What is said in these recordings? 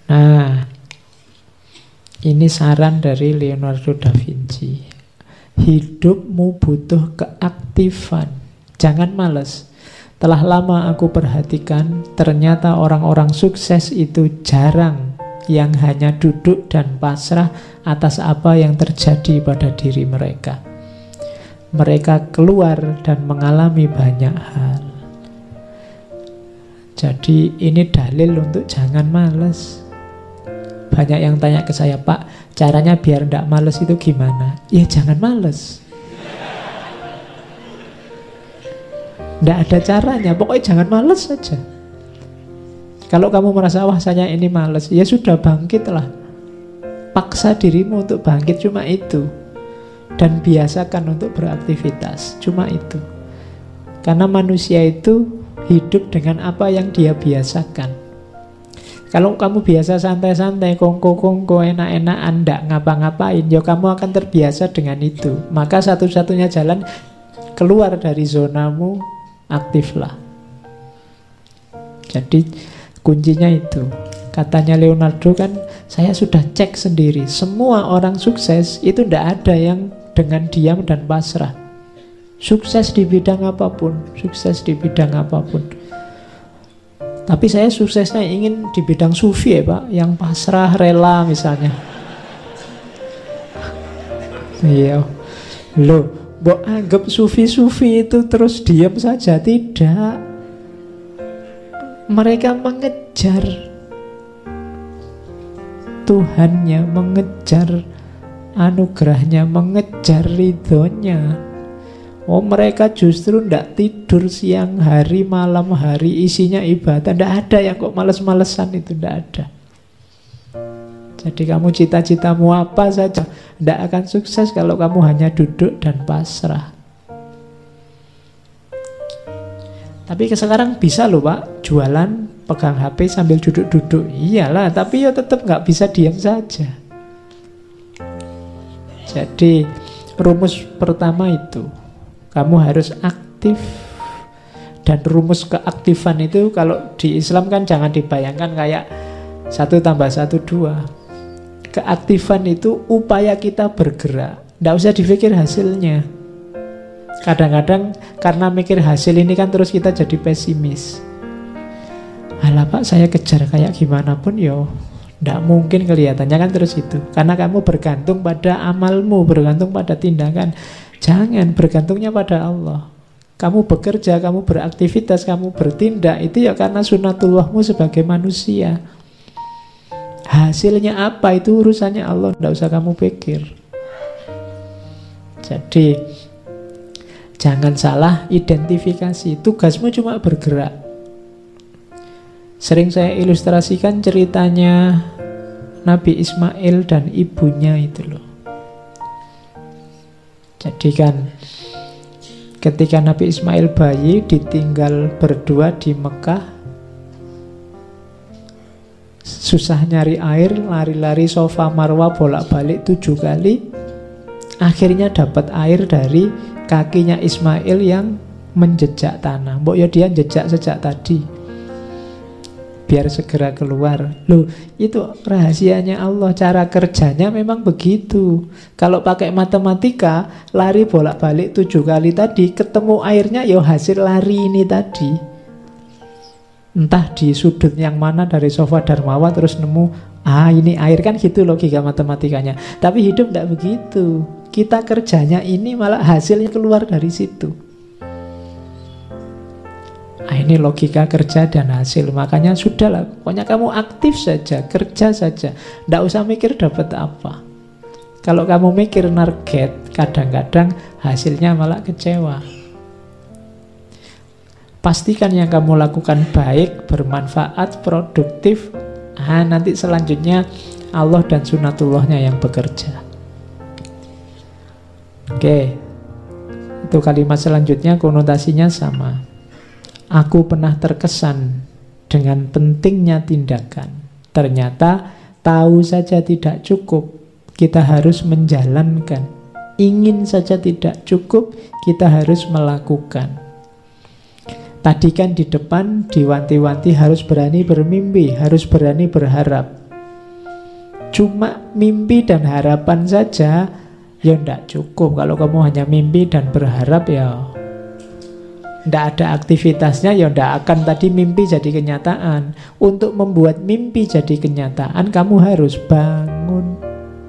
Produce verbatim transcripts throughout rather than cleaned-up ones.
Nah, ini saran dari Leonardo da Vinci. Hidupmu butuh keaktifan. Jangan malas. Telah lama aku perhatikan, ternyata orang-orang sukses itu jarang yang hanya duduk dan pasrah atas apa yang terjadi pada diri mereka. Mereka keluar dan mengalami banyak hal. Jadi ini dalil untuk jangan malas. Banyak yang tanya ke saya, Pak, caranya biar tidak malas itu gimana? Ya jangan malas. Tidak ada caranya, pokoknya jangan malas saja. Kalau kamu merasa, wah saya ini malas, ya sudah bangkitlah. Paksa dirimu untuk bangkit, cuma itu. Dan biasakan untuk beraktivitas, cuma itu. Karena manusia itu hidup dengan apa yang dia biasakan. Kalau kamu biasa santai-santai, kongko-kongko, enak-enakan, ndak ngapa-ngapain, ya kamu akan terbiasa dengan itu. Maka satu-satunya jalan keluar dari zonamu, aktiflah. Jadi kuncinya itu. Katanya Leonardo kan, saya sudah cek sendiri, semua orang sukses itu ndak ada yang dengan diam dan pasrah. Sukses di bidang apapun, sukses di bidang apapun. Tapi saya suksesnya ingin di bidang sufi ya Pak, yang pasrah, rela misalnya. Iya. Loh, mbok anggap sufi-sufi itu terus diam saja? Tidak. Mereka mengejar Tuhannya, mengejar anugerahnya, mengejar ridhonya. Oh, mereka justru tidak tidur siang hari, malam hari, isinya ibadah. Tidak ada yang kok males-malesan itu, tidak ada. Jadi kamu cita-citamu apa saja, tidak akan sukses kalau kamu hanya duduk dan pasrah. Tapi sekarang bisa loh Pak, jualan, pegang H P sambil duduk-duduk. Iyalah, tapi ya tetap nggak bisa diam saja. Jadi rumus pertama itu, kamu harus aktif. Dan rumus keaktifan itu kalau di Islam kan jangan dibayangkan kayak satu tambah satu dua. Keaktifan itu upaya kita bergerak, tidak usah dipikir hasilnya. Kadang-kadang karena mikir hasil ini kan terus kita jadi pesimis. Alah Pak, saya kejar kayak gimana pun yo tidak mungkin kelihatannya kan terus itu. Karena kamu bergantung pada amalmu, bergantung pada tindakan. Jangan, bergantungnya pada Allah. Kamu bekerja, kamu beraktivitas, kamu bertindak, itu ya karena sunatullahmu sebagai manusia. Hasilnya apa itu urusannya Allah, tidak usah kamu pikir. Jadi jangan salah identifikasi. Tugasmu cuma bergerak. Sering saya ilustrasikan ceritanya Nabi Ismail dan ibunya itu loh. Jadi kan ketika Nabi Ismail bayi ditinggal berdua di Mekah, susah nyari air, lari-lari Safa Marwa bolak-balik tujuh kali. Akhirnya dapat air dari kakinya Ismail yang menjejak tanah. Mbok ya dia jejak sejak tadi, biar segera keluar. Loh, itu rahasianya Allah. Cara kerjanya memang begitu. Kalau pakai matematika, lari bolak-balik tujuh kali tadi, ketemu airnya ya hasil lari ini tadi. Entah di sudut yang mana dari Safa dan Marwa terus nemu, ah ini air, kan gitu logika matematikanya. Tapi hidup tidak begitu. Kita kerjanya ini malah hasilnya keluar dari situ. Nah, ini logika kerja dan hasil. Makanya sudahlah, pokoknya kamu aktif saja, kerja saja, tidak usah mikir dapat apa. Kalau kamu mikir target, kadang-kadang hasilnya malah kecewa. Pastikan yang kamu lakukan baik, bermanfaat, produktif. Nah, nanti selanjutnya Allah dan sunatullahnya yang bekerja. Oke, itu kalimat selanjutnya konotasinya sama. Aku pernah terkesan dengan pentingnya tindakan. Ternyata tahu saja tidak cukup, kita harus menjalankan. Ingin saja tidak cukup, kita harus melakukan. Tadi kan di depan diwanti-wanti harus berani bermimpi, harus berani berharap. Cuma mimpi dan harapan saja ya ndak cukup. Kalau kamu hanya mimpi dan berharap ya ndak ada aktivitasnya, ya ndak akan tadi mimpi jadi kenyataan. Untuk membuat mimpi jadi kenyataan, kamu harus bangun.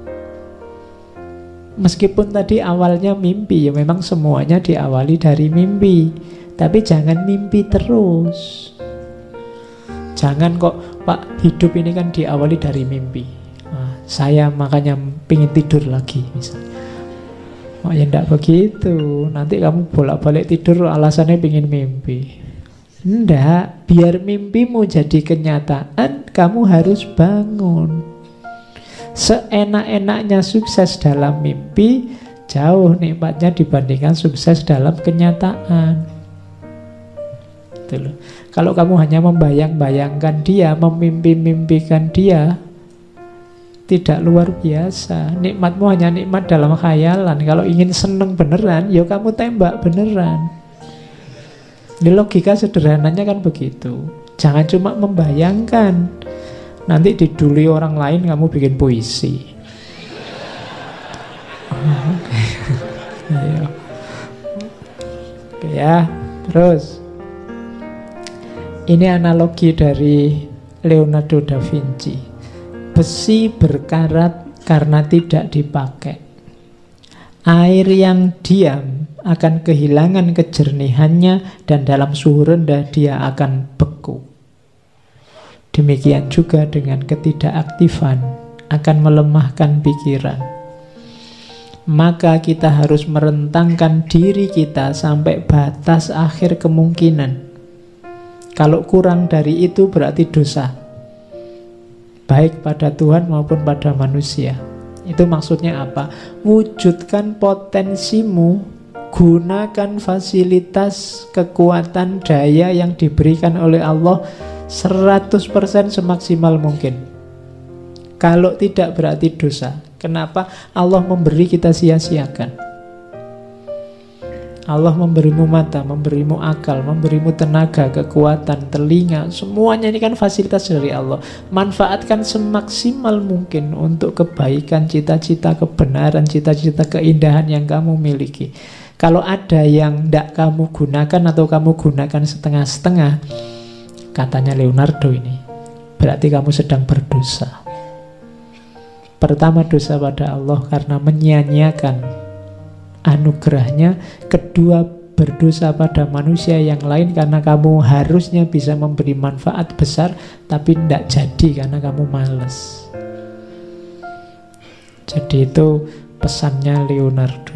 Meskipun tadi awalnya mimpi, ya memang semuanya diawali dari mimpi. Tapi jangan mimpi terus. Jangan kok, Pak, hidup ini kan diawali dari mimpi. Nah, saya makanya pengen tidur lagi misalnya. Oh ya enggak begitu. Nanti kamu bolak-balik tidur alasannya pengen mimpi. Enggak, biar mimpimu jadi kenyataan, kamu harus bangun. Seenak-enaknya sukses dalam mimpi, jauh nikmatnya dibandingkan sukses dalam kenyataan. Gitu loh. Kalau kamu hanya membayang-bayangkan dia, memimpi-mimpikan dia, tidak luar biasa. Nikmatmu hanya nikmat dalam khayalan. Kalau ingin seneng beneran, ya kamu tembak beneran. Ini logika sederhananya kan begitu. Jangan cuma membayangkan. Nanti diduli orang lain kamu bikin puisi. Ayo. Oke ya, terus. Ini analogi dari Leonardo da Vinci. Besi berkarat karena tidak dipakai. Air yang diam akan kehilangan kejernihannya dan dalam suhu rendah dia akan beku. Demikian juga dengan ketidakaktifan akan melemahkan pikiran. Maka kita harus merentangkan diri kita sampai batas akhir kemungkinan. Kalau kurang dari itu berarti dosa, baik pada Tuhan maupun pada manusia. Itu maksudnya apa? Wujudkan potensimu, gunakan fasilitas, kekuatan, daya yang diberikan oleh Allah seratus persen semaksimal mungkin. Kalau tidak berarti dosa. Kenapa? Allah memberi kita sia-siakan. Allah memberimu mata, memberimu akal, memberimu tenaga, kekuatan, telinga. Semuanya ini kan fasilitas dari Allah. Manfaatkan semaksimal mungkin untuk kebaikan, cita-cita, kebenaran, cita-cita, keindahan yang kamu miliki. Kalau ada yang tidak kamu gunakan atau kamu gunakan setengah-setengah, katanya Leonardo ini, berarti kamu sedang berdosa. Pertama, dosa pada Allah karena menyia-nyiakan anugerahnya. Kedua, berdosa pada manusia yang lain karena kamu harusnya bisa memberi manfaat besar tapi tidak jadi karena kamu malas. Jadi itu pesannya Leonardo.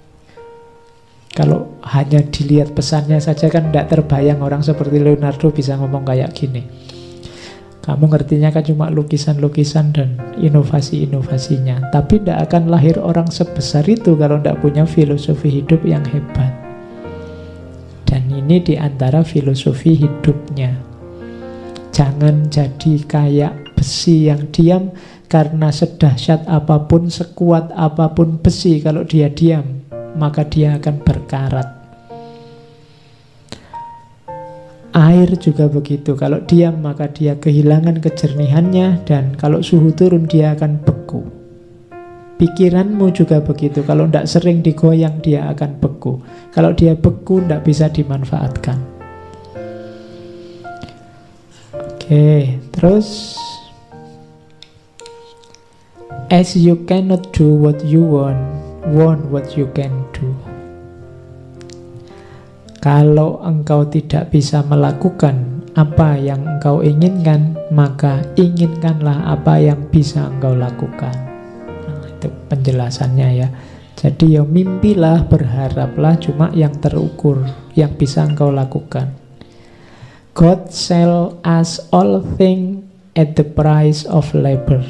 Kalau hanya dilihat pesannya saja kan tidak terbayang orang seperti Leonardo bisa ngomong kayak gini. Kamu ngertinya kan cuma lukisan-lukisan dan inovasi-inovasinya. Tapi tidak akan lahir orang sebesar itu kalau tidak punya filosofi hidup yang hebat. Dan ini diantara filosofi hidupnya. Jangan jadi kayak besi yang diam, karena sedahsyat apapun, sekuat apapun besi, kalau dia diam, maka dia akan berkarat. Air juga begitu, kalau diam maka dia kehilangan kejernihannya, dan kalau suhu turun dia akan beku. Pikiranmu juga begitu, kalau tidak sering digoyang dia akan beku. Kalau dia beku tidak bisa dimanfaatkan. Oke, terus as you cannot do what you want, want what you can do. Kalau engkau tidak bisa melakukan apa yang engkau inginkan, maka inginkanlah apa yang bisa engkau lakukan. Nah, itu penjelasannya ya. Jadi ya mimpilah, berharaplah, cuma yang terukur, yang bisa engkau lakukan. God sell us all things at the price of labor.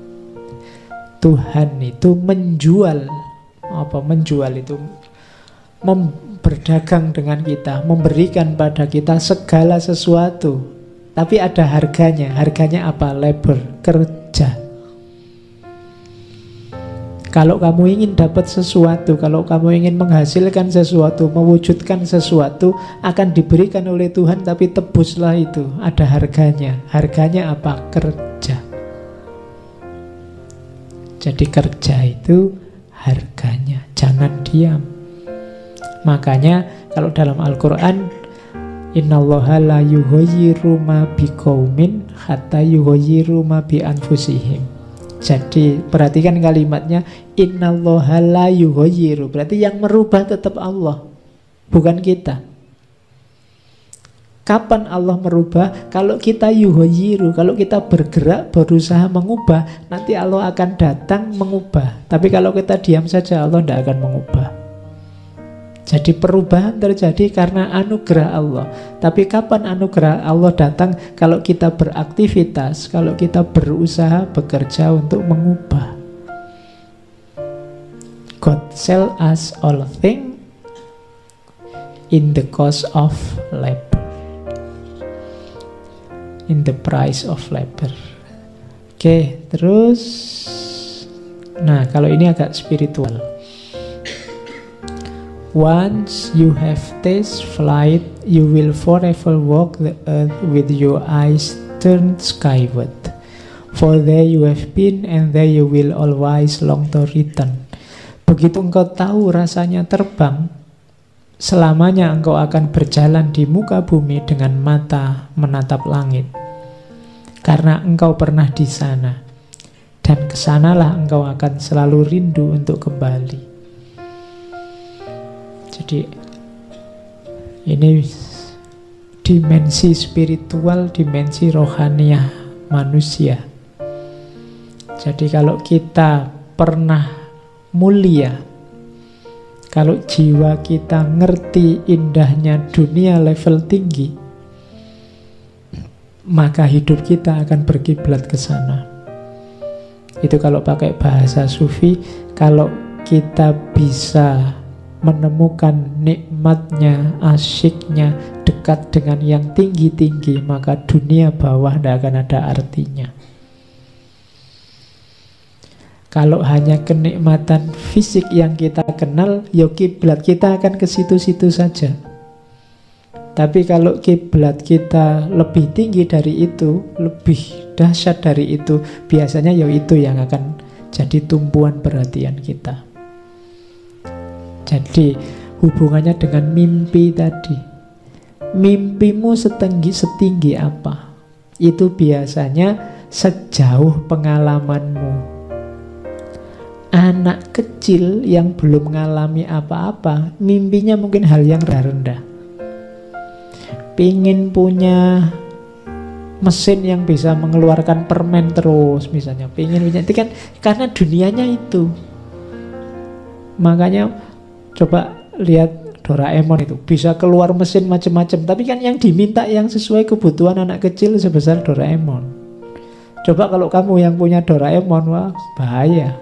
Tuhan itu menjual, apa menjual itu? Mem berdagang dengan kita, memberikan pada kita segala sesuatu, tapi ada harganya. Harganya apa? Labor, kerja. Kalau kamu ingin dapat sesuatu, kalau kamu ingin menghasilkan sesuatu, mewujudkan sesuatu, akan diberikan oleh Tuhan, tapi tebuslah itu, ada harganya. Harganya apa? Kerja. Jadi kerja itu harganya, jangan diam. Makanya kalau dalam Al-Quran, innallaha la yughayyiru ma biqaumin hatta yughayyiru ma bi anfusihim. Jadi perhatikan kalimatnya, innallaha la yughayyiru, berarti yang merubah tetap Allah, bukan kita. Kapan Allah merubah? Kalau kita yughayyiru, kalau kita bergerak, berusaha mengubah, nanti Allah akan datang mengubah. Tapi kalau kita diam saja, Allah tidak akan mengubah. Jadi perubahan terjadi karena anugerah Allah. Tapi kapan anugerah Allah datang? Kalau kita beraktivitas, kalau kita berusaha, bekerja untuk mengubah. God sell us all things in the cost of labor, in the price of labor. Oke, terus, nah kalau ini agak spiritual. Once you have tasted flight, you will forever walk the earth with your eyes turned skyward. For there you have been, and there you will always long to return. Begitu engkau tahu rasanya terbang, selamanya engkau akan berjalan di muka bumi dengan mata menatap langit. Karena engkau pernah di sana, dan kesanalah engkau akan selalu rindu untuk kembali. Jadi ini dimensi spiritual, dimensi rohaniah manusia. Jadi kalau kita pernah mulia, kalau jiwa kita ngerti indahnya dunia level tinggi, maka hidup kita akan berkiblat ke sana. Itu kalau pakai bahasa sufi, kalau kita bisa menemukan nikmatnya, asyiknya, dekat dengan yang tinggi-tinggi, maka dunia bawah tidak akan ada artinya. Kalau hanya kenikmatan fisik yang kita kenal, ya kiblat kita akan ke situ-situ saja. Tapi kalau kiblat kita lebih tinggi dari itu, lebih dahsyat dari itu, biasanya ya itu yang akan jadi tumpuan perhatian kita. Jadi hubungannya dengan mimpi tadi. Mimpimu setinggi setinggi apa? Itu biasanya sejauh pengalamanmu. Anak kecil yang belum mengalami apa-apa, mimpinya mungkin hal yang rendah. Pingin punya mesin yang bisa mengeluarkan permen terus, misalnya. Pingin punya, itu kan karena dunianya itu. Makanya coba lihat Doraemon itu, bisa keluar mesin macam-macam, tapi kan yang diminta yang sesuai kebutuhan anak kecil sebesar Doraemon. Coba kalau kamu yang punya Doraemon, wah bahaya.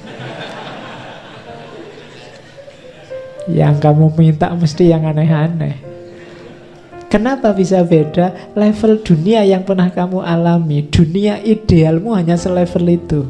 Yang kamu minta mesti yang aneh-aneh. Kenapa bisa beda? Level dunia yang pernah kamu alami, dunia idealmu hanya selevel itu.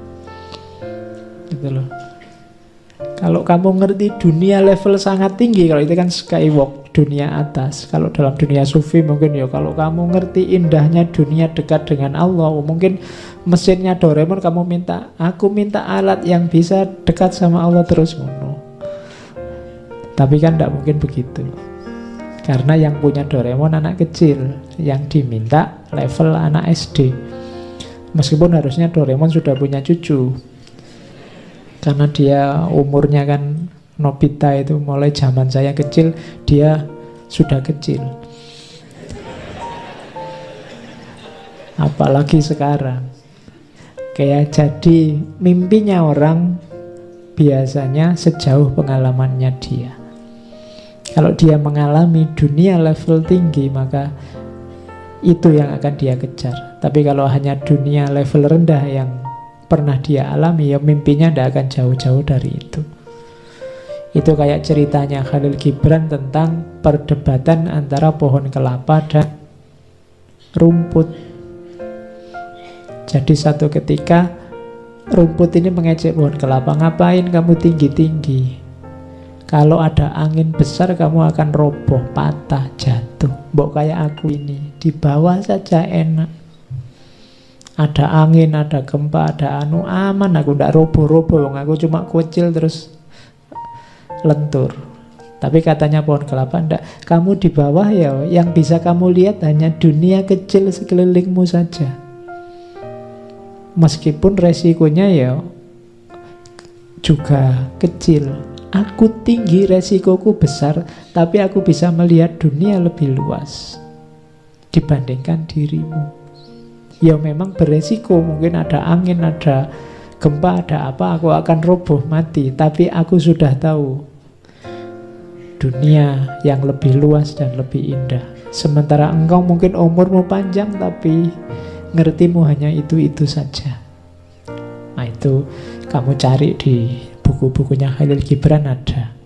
Gitu loh. Kalau kamu ngerti dunia level sangat tinggi, kalau itu kan skywalk, dunia atas. Kalau dalam dunia sufi mungkin ya, kalau kamu ngerti indahnya dunia dekat dengan Allah, mungkin mesinnya Doraemon kamu minta, aku minta alat yang bisa dekat sama Allah terus. No. Tapi kan tidak mungkin begitu. Karena yang punya Doraemon anak kecil, yang diminta level anak S D. Meskipun harusnya Doraemon sudah punya cucu. Karena dia umurnya kan, Nobita itu mulai zaman saya kecil, dia sudah kecil. Apalagi sekarang. Kayak jadi mimpinya orang biasanya sejauh pengalamannya dia. Kalau dia mengalami dunia level tinggi, maka itu yang akan dia kejar. Tapi kalau hanya dunia level rendah yang pernah dia alami, ya mimpinya tidak akan jauh-jauh dari itu. Itu kayak ceritanya Khalil Gibran tentang perdebatan antara pohon kelapa dan rumput. Jadi satu ketika rumput ini mengejek pohon kelapa, ngapain kamu tinggi-tinggi? Kalau ada angin besar kamu akan roboh, patah, jatuh. Mbok kayak aku ini, di bawah saja enak. Ada angin, ada gempa, ada anu, aman aku, ndak roboh-roboh. Aku cuma kecil terus lentur. Tapi katanya pohon kelapa, ndak, kamu di bawah ya, yang bisa kamu lihat hanya dunia kecil sekelilingmu saja. Meskipun resikonya ya juga kecil. Aku tinggi, resikoku besar, tapi aku bisa melihat dunia lebih luas dibandingkan dirimu. Ya memang beresiko, mungkin ada angin, ada gempa, ada apa, aku akan roboh mati. Tapi aku sudah tahu dunia yang lebih luas dan lebih indah. Sementara engkau mungkin umurmu panjang, tapi ngertimu hanya itu-itu saja. Nah itu kamu cari di buku-bukunya Khalil Gibran ada.